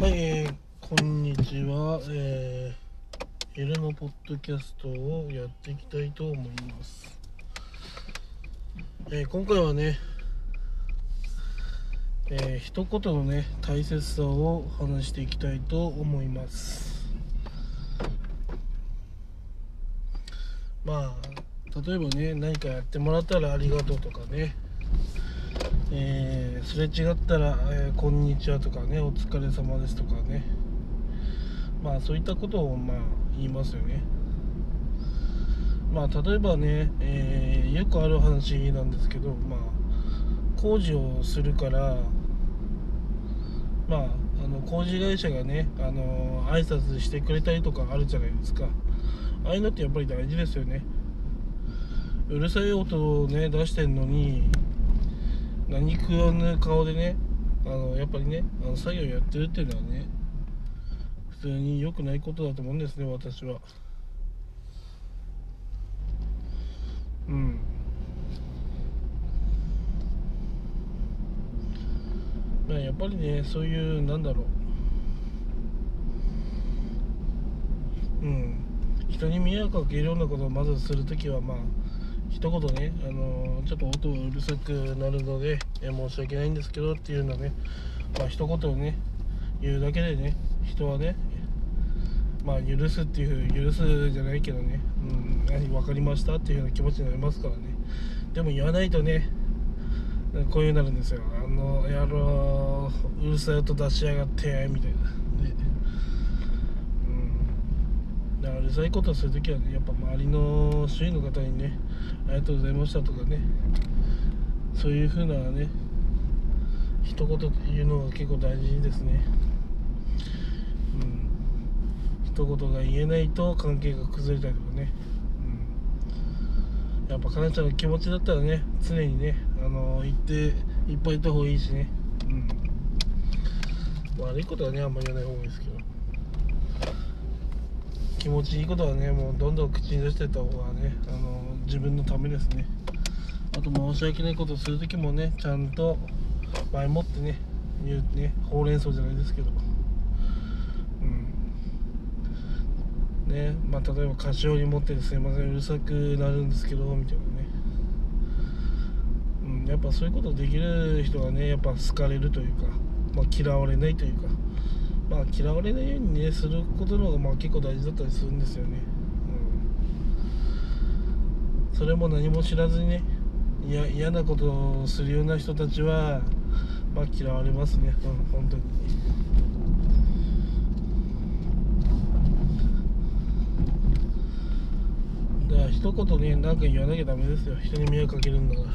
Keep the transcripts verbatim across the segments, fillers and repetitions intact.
はい、えー、こんにちは、えー、昼のポッドキャストをやっていきたいと思います。えー、今回はね、えー、一言のね大切さを話していきたいと思います。まあ例えばね、何かやってもらったらありがとうとかね、えー、すれ違ったら、えー、こんにちはとかね、お疲れ様ですとかね、まあそういったことをまあ言いますよね。まあ例えばね、えーよくある話なんですけど、まあ工事をするから、まああの工事会社がね、あの挨拶してくれたりとかあるじゃないですか。ああいうのってやっぱり大事ですよね。うるさい音をね出してんのに、何食わぬ顔でね、あのやっぱりね、あの作業やってるっていうのはね、普通に良くないことだと思うんですね、私は。うん。まあやっぱりね、そういうなんだろう、うん、人に迷惑をかけるようなことをまずするときは、まあ一言ね、あのーちょっと音がうるさくなるので、え申し訳ないんですけどっていうのはね、まあ一言ね言うだけでね、人はね、まあ許すっていう許すじゃないけどね、うん、何分かりましたっていうような気持ちになりますからね。でも言わないとね、こういうなるんですよ。あの野郎うるさい音出しやがってみたいなね。だからうるさいことをするときはね、やっぱ周りの周囲の方にね、ありがとうございましたとかね、そういう風なね一言というのが結構大事ですね。うん、一言が言えないと関係が崩れたりとかね、うん、やっぱかなちゃんの気持ちだったらね、常にね、あの言っていっぱい言った方がいいしね、うん、悪いことはねあんまり言わない方がいいですけど、気持ちいいことはねもうどんどん口に出していった方がね、あの自分のためですね。あと申し訳ないことをするときもね、ちゃんと前もってね言うね、ほうれん草じゃないですけど、うんね、まあ例えば菓子折り持っててすいませんうるさくなるんですけどみたいなね、うん、やっぱそういうことできる人はねやっぱ好かれるというか、まあ、嫌われないというか、まあ嫌われないようにねすることの方がまあ結構大事だったりするんですよね。うん、それも何も知らずにね、いや嫌なことをするような人たちはまあ嫌われますね、うん、本当に。だから一言ね何か言わなきゃダメですよ、人に迷惑かけるんだから。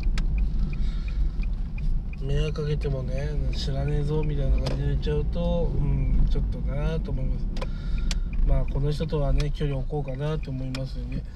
迷惑かけてもね知らねえぞみたいな感じで言っちゃうと、うんちょっとなと思います。まあこの人とはね距離を置こうかなと思いますよね。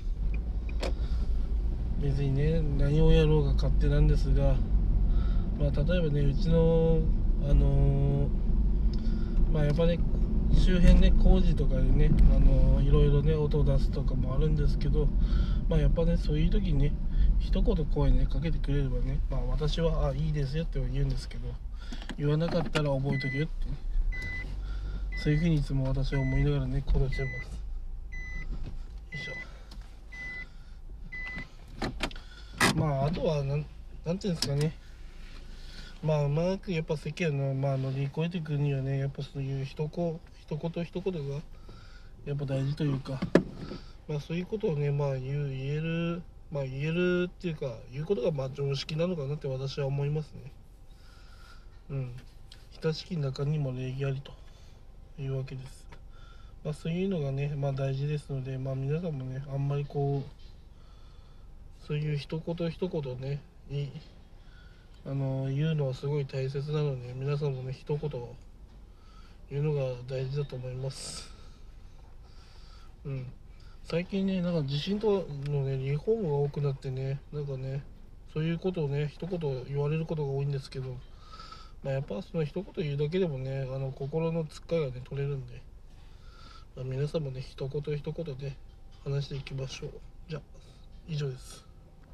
別にね何をやろうが勝手なんですが、まあ例えばねうちのあのーまあやっぱね周辺ね工事とかでね、あのーいろいろね音を出すとかもあるんですけど、まあやっぱねそういう時にね一言声ねかけてくれればね、まあ私はあいいですよって言うんですけど、言わなかったら覚えとけよってね、そういうふうにいつも私は思いながらね行動してます。よいしょ。まああとはなんなんていうんですかね、まあうまくやっぱ世間の、まあ、乗り越えていくにはねやっぱそういう一言一言一言がやっぱ大事というか、まあそういうことをねまあ言う言えるまあ言えるっていうか言うことがまあ常識なのかなって私は思いますね。うん。親しき中にも礼儀ありというわけです。まあそういうのがねまあ大事ですので、まあ皆さんもねあんまりこうそういう一言一言ねにあの言うのはすごい大切なので、皆さんもね一言言うのが大事だと思います。うん。最近ねなんか地震とのねリフォームが多くなってね、なんかねそういうことをね一言言われることが多いんですけど、まあ、やっぱその一言言うだけでもねあの心のつっかえがね取れるんで、まあ、皆さんもね一言一言で話していきましょう。じゃあ以上です。